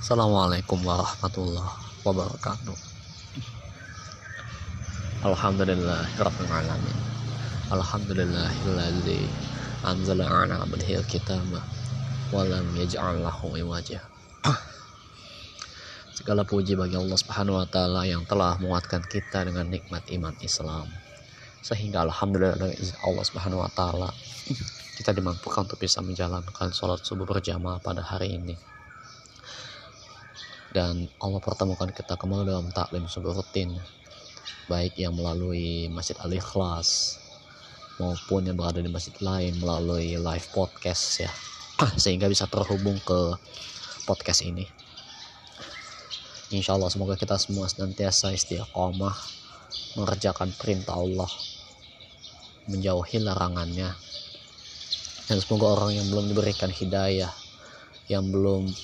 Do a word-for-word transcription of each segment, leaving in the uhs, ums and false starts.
Assalamualaikum warahmatullahi wabarakatuh. Alhamdulillahirabbil alamin. Alhamdulillahilladzi anzala 'ala 'abdihi al-kitaba wa lam yaj'al lahu iwaja. Segala puji bagi Allah Subhanahu wa taala yang telah menguatkan kita dengan nikmat iman Islam. Sehingga alhamdulillah dengan izin Allah Subhanahu wa taala kita dimampukan untuk bisa menjalankan sholat subuh berjamaah pada hari ini. Dan Allah pertemukan kita kembali dalam taklim subuh rutin, baik yang melalui Masjid Al-Ikhlas maupun yang berada di masjid lain melalui live podcast ya, sehingga bisa terhubung ke podcast ini. Insya Allah semoga kita semua senantiasa istiqomah mengerjakan perintah Allah, menjauhi larangannya, dan semoga orang yang belum diberikan hidayah, yang belum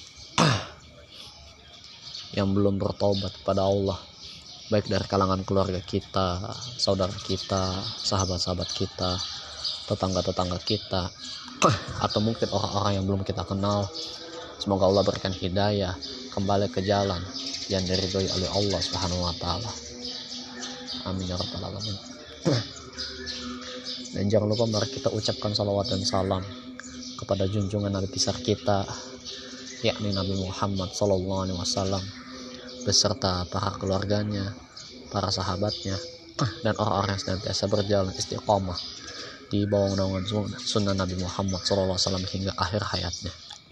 yang belum bertobat kepada Allah, baik dari kalangan keluarga kita, saudara kita, sahabat-sahabat kita, tetangga-tetangga kita, atau mungkin orang-orang yang belum kita kenal, semoga Allah berikan hidayah kembali ke jalan yang diridhoi oleh Allah Subhanahu wa taala. Amin ya rabbal alamin. Dan jangan lupa mari kita ucapkan salawat dan salam kepada junjungan Nabi besar kita, yakni Nabi Muhammad sallallahu alaihi wasallam, beserta para keluarganya, para sahabatnya, dan orang-orang yang senantiasa berjalan istiqomah di bawah naungan sunnah Nabi Muhammad sallallahu alaihi wasallam hingga akhir hayatnya.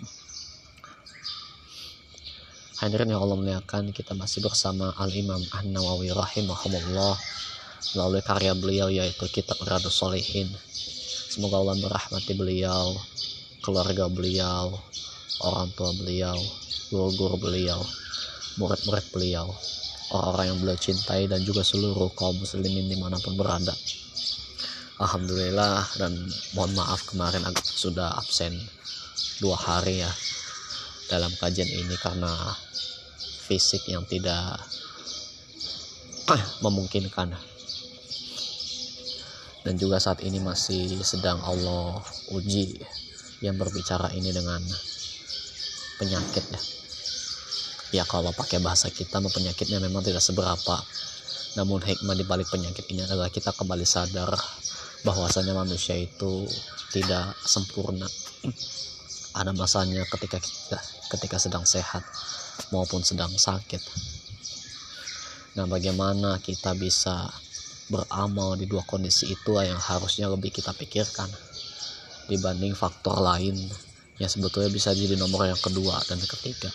Hadirin yang Allah muliakan, kita masih bersama Al-Imam An-Nawawi rahimahumullah melalui karya beliau yaitu Kitab Riyadhus Shalihin. Semoga Allah merahmati beliau, keluarga beliau, orang tua beliau, guru-guru beliau, murid-murid beliau, orang-orang yang beliau cintai, dan juga seluruh kaum muslimin dimanapun berada. Alhamdulillah, dan mohon maaf kemarin agak sudah absen dua hari ya dalam kajian ini karena fisik yang tidak memungkinkan, dan juga saat ini masih sedang Allah uji yang berbicara ini dengan penyakit ya. Ya kalau pakai bahasa kita, penyakitnya memang tidak seberapa, namun hikmah di balik penyakit ini adalah kita kembali sadar bahwasanya manusia itu tidak sempurna. Ada masanya ketika kita ketika sedang sehat maupun sedang sakit. Nah, bagaimana kita bisa beramal di dua kondisi itu yang harusnya lebih kita pikirkan dibanding faktor lain yang sebetulnya bisa jadi nomor yang kedua dan ketiga.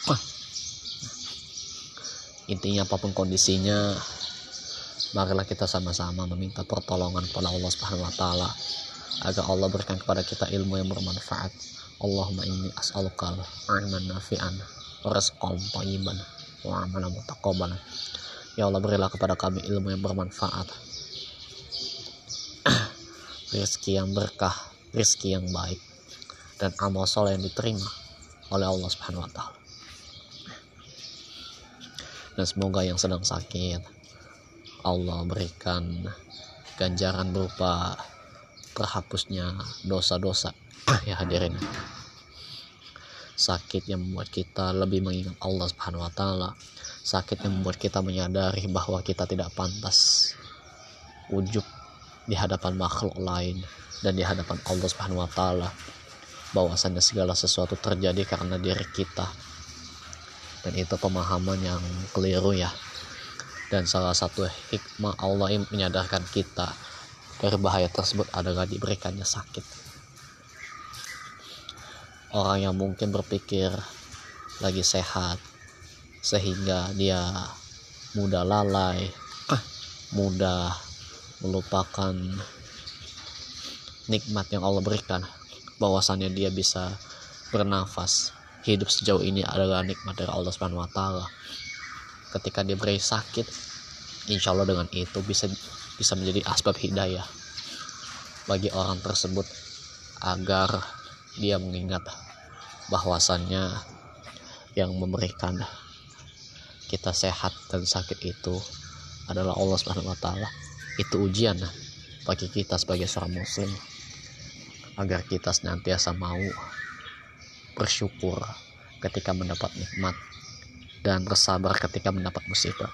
Intinya apapun kondisinya, marilah kita sama-sama meminta pertolongan kepada Allah Subhanahu wa taala agar Allah berikan kepada kita ilmu yang bermanfaat. Allahumma inni as'alukal ilman nafi'an wa rizqan thayyiban wa amalan mutaqabbalan. Ya Allah, berilah kepada kami ilmu yang bermanfaat, rezeki yang berkah, rezeki yang baik, dan amal soleh yang diterima oleh Allah Subhanahu wa taala. Dan semoga yang sedang sakit Allah berikan ganjaran berupa terhapusnya dosa-dosa. Ya hadirin, sakit yang membuat kita lebih mengingat Allah Subhanahu wa taala, sakit yang membuat kita menyadari bahwa kita tidak pantas ujub di hadapan makhluk lain dan di hadapan Allah Subhanahu wa taala, bahwasanya segala sesuatu terjadi karena diri kita. Dan itu pemahaman yang keliru ya. Dan salah satu hikmah Allah yang menyadarkan kita dari bahaya tersebut adalah diberikannya sakit. Orang yang mungkin berpikir lagi sehat sehingga dia mudah lalai, mudah melupakan nikmat yang Allah berikan, bahwasannya dia bisa bernafas, hidup sejauh ini adalah nikmat dari Allah Subhanahu wa taala. Ketika dia beri sakit, insya Allah dengan itu bisa bisa menjadi asbab hidayah bagi orang tersebut agar dia mengingat bahwasannya yang memberikan kita sehat dan sakit itu adalah Allah Subhanahu wa taala. Itu ujian bagi kita sebagai seorang muslim agar kita senantiasa mau bersyukur ketika mendapat nikmat, dan bersabar ketika mendapat musibah.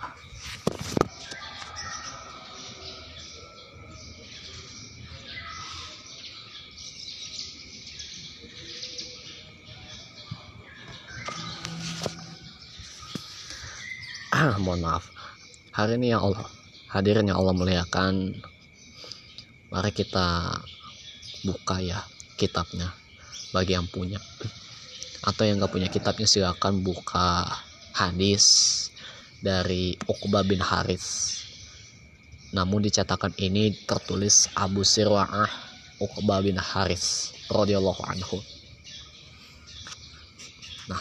Mohon maaf, hari ini yang Allah hadirin yang Allah muliakan, mari kita buka ya kitabnya bagi yang punya, atau yang gak punya kitabnya silakan buka hadis dari Uqbah bin Harits. Namun dicetakan ini tertulis Abu Sirwa'ah Uqbah bin Harits radhiyallahu anhu. Nah,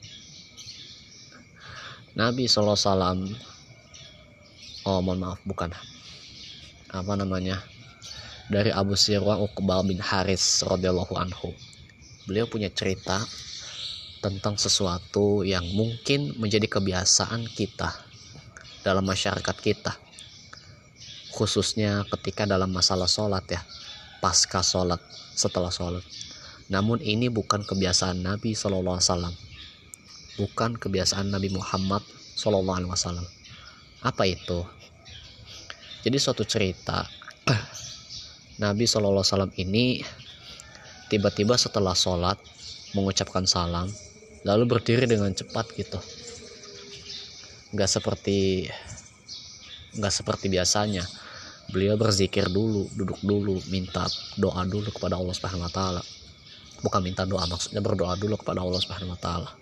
Nabi sallallahu alaihi wasallam, oh mohon maaf bukan apa namanya dari Abu Sirwa'ah Uqbah bin Harits radhiyallahu anhu. Beliau punya cerita tentang sesuatu yang mungkin menjadi kebiasaan kita dalam masyarakat kita, khususnya ketika dalam masalah sholat ya, pasca sholat, setelah sholat. Namun ini bukan kebiasaan Nabi sallallahu alaihi wasallam, bukan kebiasaan Nabi Muhammad sallallahu alaihi wasallam. Apa itu? Jadi suatu cerita, Nabi sallallahu alaihi wasallam ini tiba-tiba setelah sholat mengucapkan salam, lalu berdiri dengan cepat gitu. Nggak seperti nggak seperti biasanya. Beliau berzikir dulu, duduk dulu, minta doa dulu kepada Allah Subhanahu wa taala. Bukan minta doa, maksudnya berdoa dulu kepada Allah Subhanahu wa taala.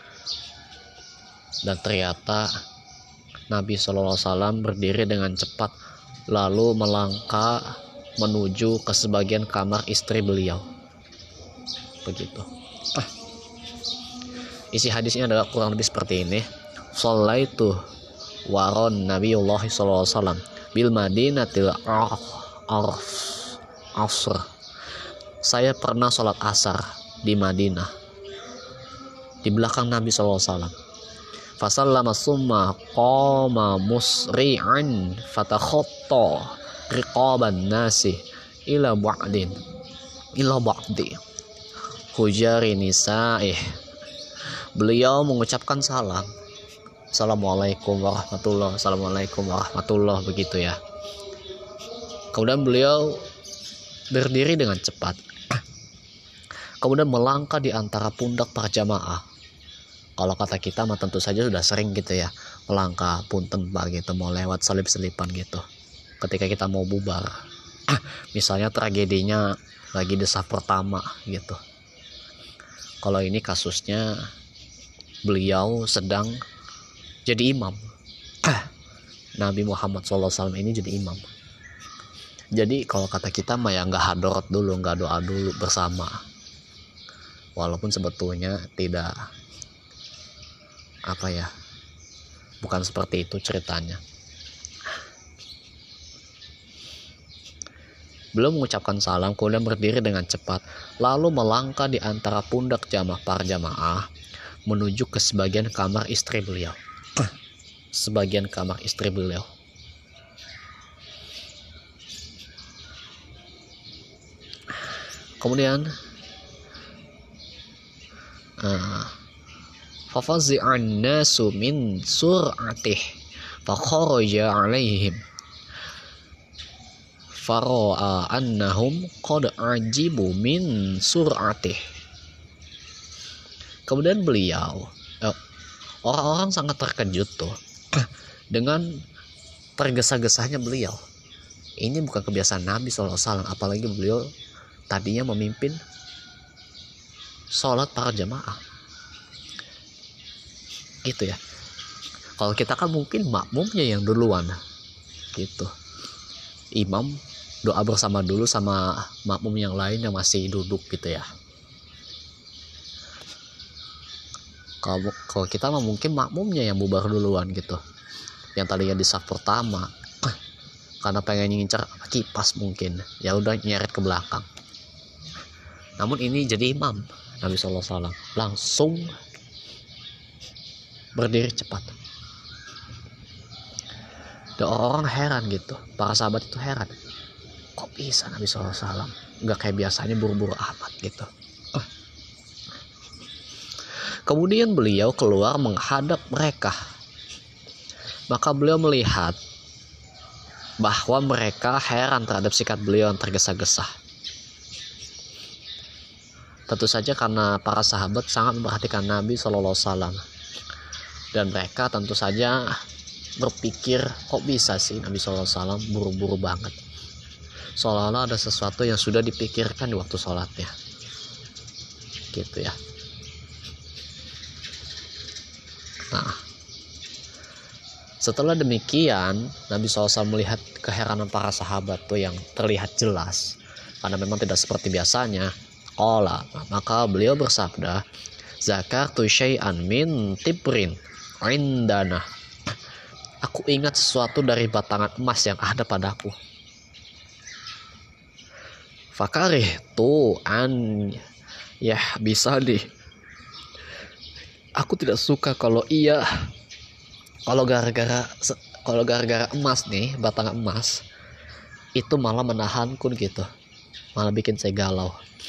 Dan ternyata Nabi sallallahu alaihi wasallam berdiri dengan cepat, lalu melangkah menuju ke sebagian kamar istri beliau. Begitu. Ah. Isi hadisnya adalah kurang lebih seperti ini. Shallaitu waron Nabiullah sallallahu alaihi wasallam bil Madinatil Arf Asr. Saya pernah sholat asar di Madinah di belakang Nabi sallallahu alaihi wasallam. Fasallama summa qama musri'an fatakhatta riqaban nasi ila ba'din ila ba'di hujari nisa'ih. Beliau mengucapkan salam, Assalamualaikum warahmatullahi Assalamualaikum warahmatullahi begitu ya. Kemudian beliau berdiri dengan cepat, kemudian melangkah di antara pundak para jamaah. Kalau kata kita mah tentu saja sudah sering gitu ya, melangkah punten pak gitu, mau lewat selip-selipan gitu ketika kita mau bubar. Misalnya tragedinya lagi di saf pertama gitu. Kalau ini kasusnya beliau sedang jadi imam. Nabi Muhammad sallallahu alaihi wasallam ini jadi imam. Jadi kalau kata kita mah ya nggak hadarat dulu, nggak doa dulu bersama. Walaupun sebetulnya tidak apa ya, bukan seperti itu ceritanya. Belum mengucapkan salam, kemudian berdiri dengan cepat, lalu melangkah di antara pundak jamaah para jamaah menuju ke sebagian kamar istri beliau. Sebagian kamar istri beliau. Kemudian uh, fafazi'an nasu min sur'atih fakharaja 'alaihim fara'a annahum qad ajibu min sur'atih. Kemudian beliau, eh, orang-orang sangat terkejut tuh dengan tergesa-gesanya beliau. Ini bukan kebiasaan Nabi sallallahu alaihi wasallam, apalagi beliau tadinya memimpin sholat para jamaah gitu ya. Kalau kita kan mungkin makmumnya yang duluan gitu, imam doa bersama dulu sama makmum yang lain yang masih duduk gitu ya. Kalau kalau kita mah mungkin makmumnya yang bubar duluan gitu, yang tadinya di saf pertama karena pengen ngincar kipas mungkin ya udah nyeret ke belakang. Namun ini jadi imam, Nabi sallallahu alaihi wasallam langsung berdiri cepat. Dan orang-orang heran gitu, para sahabat itu heran, kok bisa Nabi sallallahu alaihi wasallam nggak kayak biasanya buru-buru amat gitu. Kemudian beliau keluar menghadap mereka. Maka beliau melihat bahwa mereka heran terhadap sikap beliau yang tergesa-gesa. Tentu saja karena para sahabat sangat memperhatikan Nabi shallallahu alaihi wasallam. Dan mereka tentu saja berpikir, kok bisa sih Nabi shallallahu alaihi wasallam buru-buru banget. Seolah-olah ada sesuatu yang sudah dipikirkan di waktu sholatnya. Gitu ya. Nah, setelah demikian, Nabi shallallahu alaihi wasallam melihat keheranan para sahabat tuh yang terlihat jelas. Karena memang tidak seperti biasanya. Qala, maka beliau bersabda, zakartu syai'an min tibrin indana. Aku ingat sesuatu dari batangan emas yang ada padaku. Fakarih tu an ya bisa di. Aku tidak suka kalau iya kalau gara-gara kalau gara-gara emas nih, batangan emas itu malah menahanku gitu, malah bikin saya galau.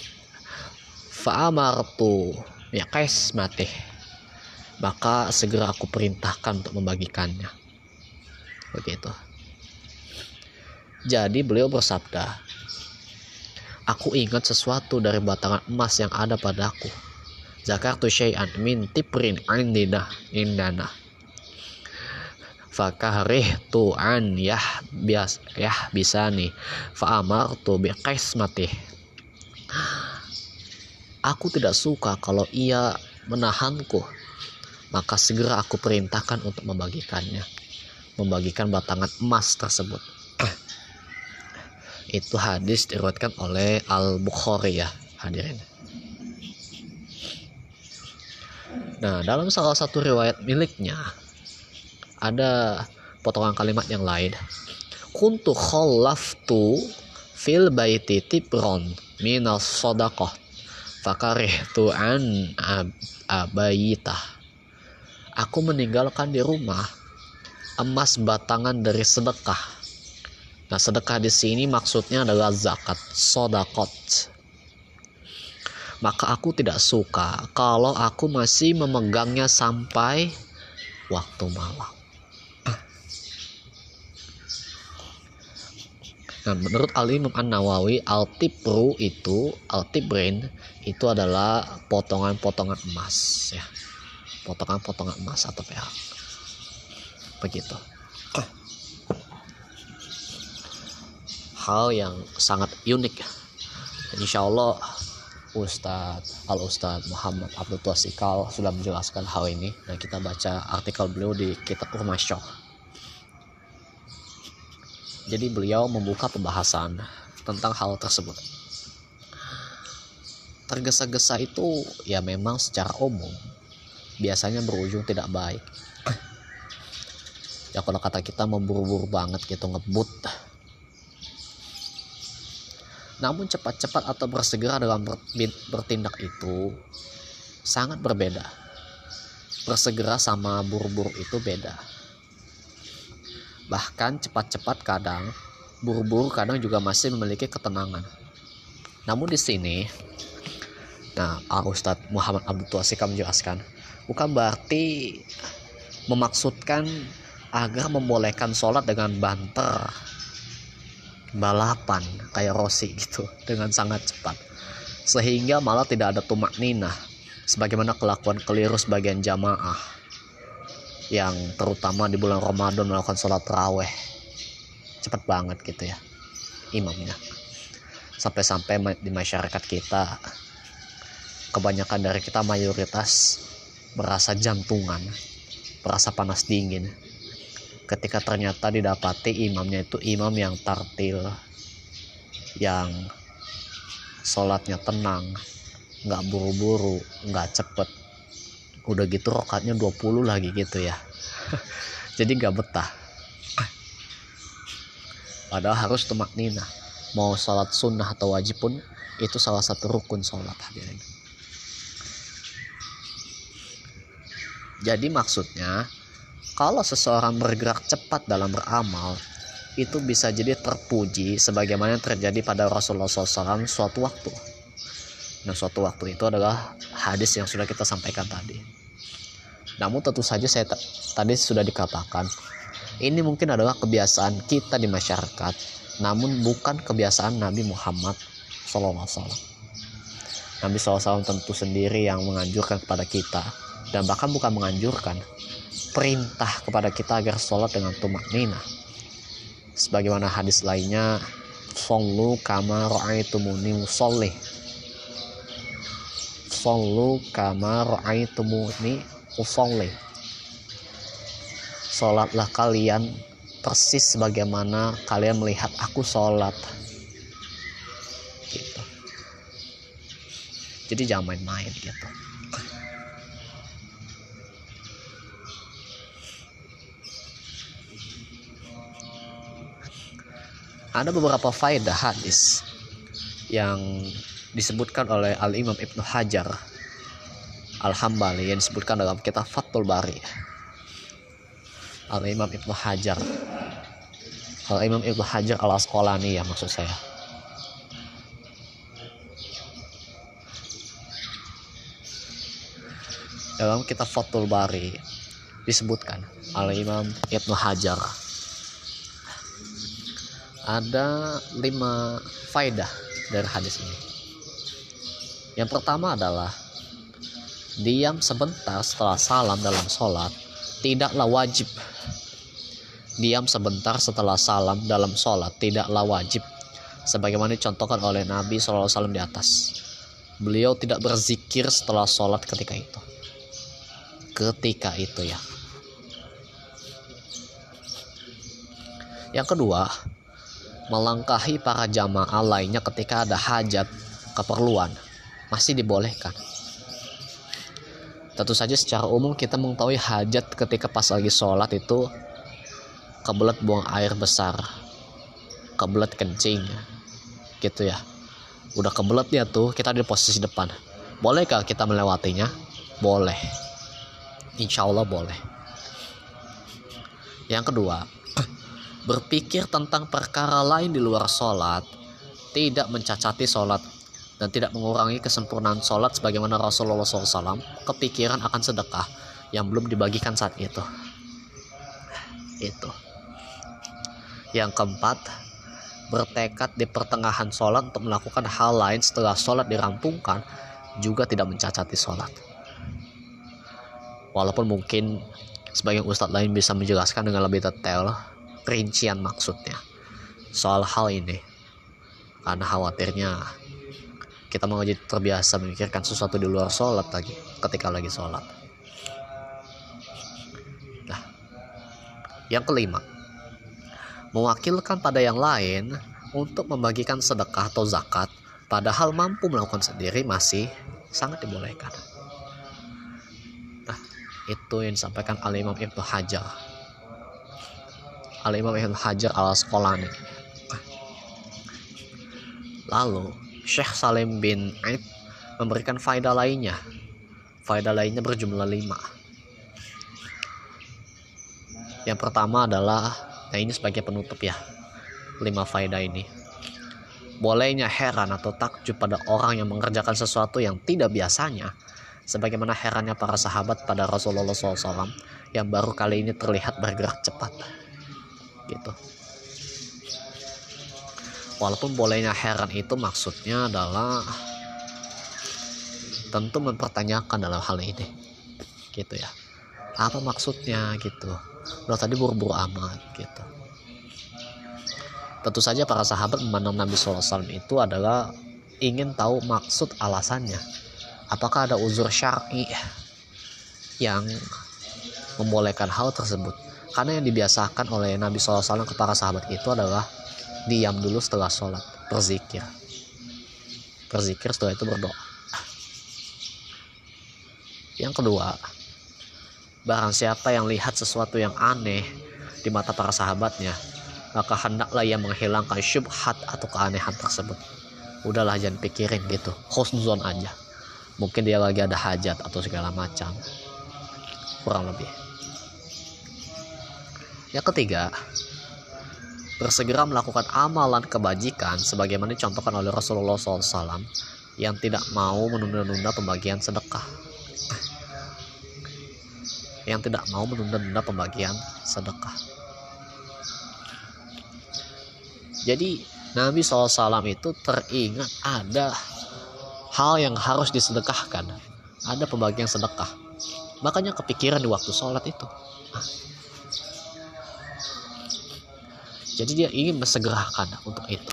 Fa'amartu ya kais mati, maka segera aku perintahkan untuk membagikannya. Begitu. Jadi beliau bersabda, aku ingat sesuatu dari batangan emas yang ada padaku. Zakartu syai'an min tibrin indina indana. Fakarih tu an yah bias yah bisa nih. Fa'amartu bi qismatih. Aku tidak suka kalau ia menahanku, maka segera aku perintahkan untuk membagikannya, membagikan batangan emas tersebut. Itu hadis diriwayatkan oleh Al-Bukhari ya, hadirin. Nah, dalam salah satu riwayat miliknya ada potongan kalimat yang lain. Kuntu khallaftu fil baiti tibron minas sadaqah fakarihtu an abayitah. Aku meninggalkan di rumah emas batangan dari sedekah. Nah, sedekah di sini maksudnya adalah zakat, sedekah. Maka aku tidak suka kalau aku masih memegangnya sampai waktu malam. Nah, menurut Al-Imam An-Nawawi, al-tibru itu, al-tibrin itu adalah potongan-potongan emas ya. Potongan-potongan emas atau perak. Begitu. Hal yang sangat unik. Dan insya Allah Ustadz Al-Ustadz Muhammad Abdul Twasikal sudah menjelaskan hal ini. Dan kita baca artikel beliau di kitab Urmasyah. Jadi beliau membuka pembahasan tentang hal tersebut. Tergesa-gesa itu ya memang secara umum biasanya berujung tidak baik. Ya kalau kata kita memburu-buru banget gitu, ngebut. Namun cepat-cepat atau bersegera dalam bertindak itu sangat berbeda. Bersegera sama buru-buru itu beda. Bahkan cepat-cepat kadang, buru-buru kadang juga masih memiliki ketenangan. Namun di sini, nah, Ustadz Muhammad Abdul Twasikal menjelaskan, bukan berarti memaksudkan agar membolehkan sholat dengan banter, balapan kayak Rossi gitu, dengan sangat cepat, sehingga malah tidak ada tumak ninah, sebagaimana kelakuan keliru sebagian jamaah yang terutama di bulan Ramadan melakukan sholat tarawih cepat banget gitu ya imamnya, sampai-sampai di masyarakat kita kebanyakan dari kita mayoritas berasa jantungan, berasa panas dingin ketika ternyata didapati imamnya itu imam yang tartil, yang sholatnya tenang, nggak buru-buru, nggak cepet. Udah gitu rakaatnya dua puluh lagi gitu ya. Jadi gak betah. Padahal harus tumak ninah. Mau sholat sunnah atau wajib pun itu salah satu rukun sholat, hadirin. Jadi maksudnya kalau seseorang bergerak cepat dalam beramal, itu bisa jadi terpuji sebagaimana yang terjadi pada Rasulullah shallallahu alaihi wasallam suatu waktu. Dan suatu waktu itu adalah hadis yang sudah kita sampaikan tadi. Namun tentu saja saya t- tadi sudah dikatakan, ini mungkin adalah kebiasaan kita di masyarakat, namun bukan kebiasaan Nabi Muhammad shallallahu alaihi wasallam. Nabi shallallahu alaihi wasallam tentu sendiri yang menganjurkan kepada kita, dan bahkan bukan menganjurkan, perintah kepada kita agar sholat dengan tumakninah. Sebagaimana hadis lainnya, shollu kama ra'aitumuni usolli, shollu kama ra'aitumuni usolli, sholatlah kalian persis sebagaimana kalian melihat aku sholat gitu. Jadi jangan main-main gitu. Ada beberapa faedah hadis yang disebutkan oleh Al-Imam Ibnu Hajar Al-Hambali yang disebutkan dalam kitab Fathul Bari. Al-Imam Ibnu Hajar Al-Imam Ibnu Hajar Al-Asqalani ya maksud saya. Dalam kitab Fathul Bari disebutkan Al-Imam Ibnu Hajar ada lima faedah dari hadis ini. Yang pertama adalah diam sebentar setelah salam dalam sholat tidaklah wajib. Diam sebentar setelah salam dalam sholat tidaklah wajib, sebagaimana dicontohkan oleh Nabi shallallahu alaihi wasallam di atas. Beliau tidak berzikir setelah sholat ketika itu. Ketika itu ya. Yang kedua, melangkahi para jamaah lainnya ketika ada hajat, keperluan, masih dibolehkan. Tentu saja secara umum kita mengetahui hajat ketika pas lagi sholat itu kebelet buang air besar, kebelet kencing gitu ya. Udah kebelet ya tuh, kita di posisi depan. Bolehkah kita melewatinya? Boleh, insya Allah boleh. Yang kedua, berpikir tentang perkara lain di luar sholat tidak mencacati sholat dan tidak mengurangi kesempurnaan sholat, sebagaimana Rasulullah shallallahu alaihi wasallam kepikiran akan sedekah yang belum dibagikan saat itu. Itu. Yang keempat, bertekad di pertengahan sholat untuk melakukan hal lain setelah sholat dirampungkan juga tidak mencacati sholat. Walaupun mungkin sebagian ustadz lain bisa menjelaskan dengan lebih detail rincian maksudnya soal hal ini, karena khawatirnya kita mau jadi terbiasa memikirkan sesuatu di luar sholat lagi ketika lagi sholat. Nah, yang kelima, mewakilkan pada yang lain untuk membagikan sedekah atau zakat padahal mampu melakukan sendiri masih sangat dibolehkan. Nah, itu yang disampaikan Al-Imam Ibnu Hajar Al-Imam Ibnu Hajar Al-Asqalani. Lalu Syekh Salim bin Aib memberikan faedah lainnya. Faedah lainnya berjumlah lima. Yang pertama adalah, nah ini sebagai penutup ya, lima faedah ini. Bolehnya heran atau takjub pada orang yang mengerjakan sesuatu yang tidak biasanya, sebagaimana herannya para sahabat pada Rasulullah shallallahu alaihi wasallam yang baru kali ini terlihat bergerak cepat. Gitu. Walaupun bolehnya heran itu maksudnya adalah tentu mempertanyakan dalam hal ini, gitu ya. Apa maksudnya gitu? Loh tadi buru-buru amat gitu. Tentu saja para sahabat memandang Nabi shallallahu alaihi wasallam itu adalah ingin tahu maksud alasannya. Apakah ada uzur syar'i yang membolehkan hal tersebut? Karena yang dibiasakan oleh Nabi shallallahu alaihi wasallam ke para sahabat itu adalah diam dulu setelah sholat, berzikir. Berzikir setelah itu berdoa. Yang kedua, barang siapa yang lihat sesuatu yang aneh di mata para sahabatnya, maka hendaklah ia menghilangkan syubhat atau keanehan tersebut. Udahlah jangan pikirin gitu, husnuzon aja. Mungkin dia lagi ada hajat atau segala macam. Kurang lebih. Yang ketiga, bersegera melakukan amalan kebajikan sebagaimana dicontohkan oleh Rasulullah shallallahu alaihi wasallam yang tidak mau menunda-nunda pembagian sedekah, yang tidak mau menunda-nunda pembagian sedekah. Jadi Nabi shallallahu alaihi wasallam itu teringat ada hal yang harus disedekahkan, ada pembagian sedekah, makanya kepikiran di waktu sholat itu. Jadi dia ingin mensegerakan untuk itu.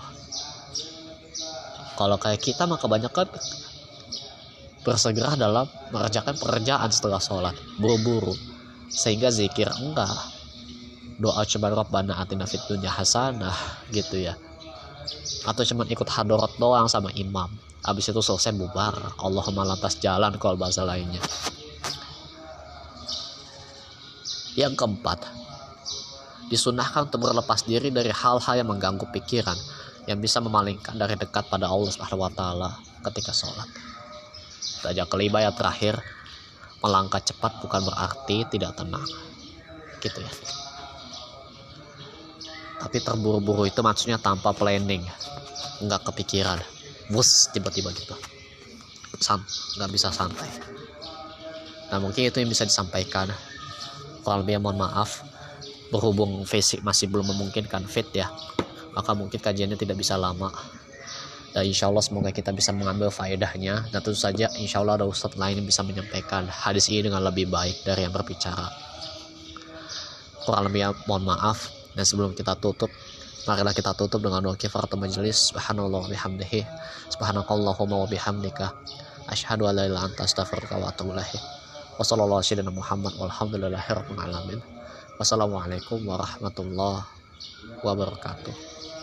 Kalau kayak kita mah kebanyakan bersegera dalam mengerjakan pekerjaan setelah sholat, buru-buru, sehingga zikir enggak, doa cuma Rabbana atina fid dunya hasanah gitu ya, atau cuma ikut hadarat doang sama imam, habis itu selesai bubar, Allahumma lantas jalan kalau bahasa lainnya. Yang keempat, disunahkan untuk berlepas diri dari hal-hal yang mengganggu pikiran, yang bisa memalingkan dari dekat pada Allah Subhanahu wa taala ketika sholat. Saja kelima yang terakhir, melangkah cepat bukan berarti tidak tenang, gitu ya. Tapi terburu-buru itu maksudnya tanpa planning, nggak kepikiran, bus tiba-tiba gitu, Sant, nggak bisa santai. Nah mungkin itu yang bisa disampaikan. Kalau lebih mohon maaf, berhubung fisik masih belum memungkinkan fit ya, maka mungkin kajiannya tidak bisa lama. Dan insya Allah semoga kita bisa mengambil faedahnya. Dan tentu saja insya Allah ada ustadz lain yang bisa menyampaikan hadis ini dengan lebih baik dari yang berbicara. Kurang lebih mohon maaf. Dan sebelum kita tutup, marilah kita tutup dengan doa kifaratul majelis. Subhanallah wa bihamdihi, subhanakallahumma wa bihamdika, asyhadu an la ilaha illa anta astaghfiruka wa atubu ilaik. Wa sallallahu alaihi wasallam Muhammad walhamdulillahirabbil alamin. Wassalamualaikum warahmatullahi wabarakatuh.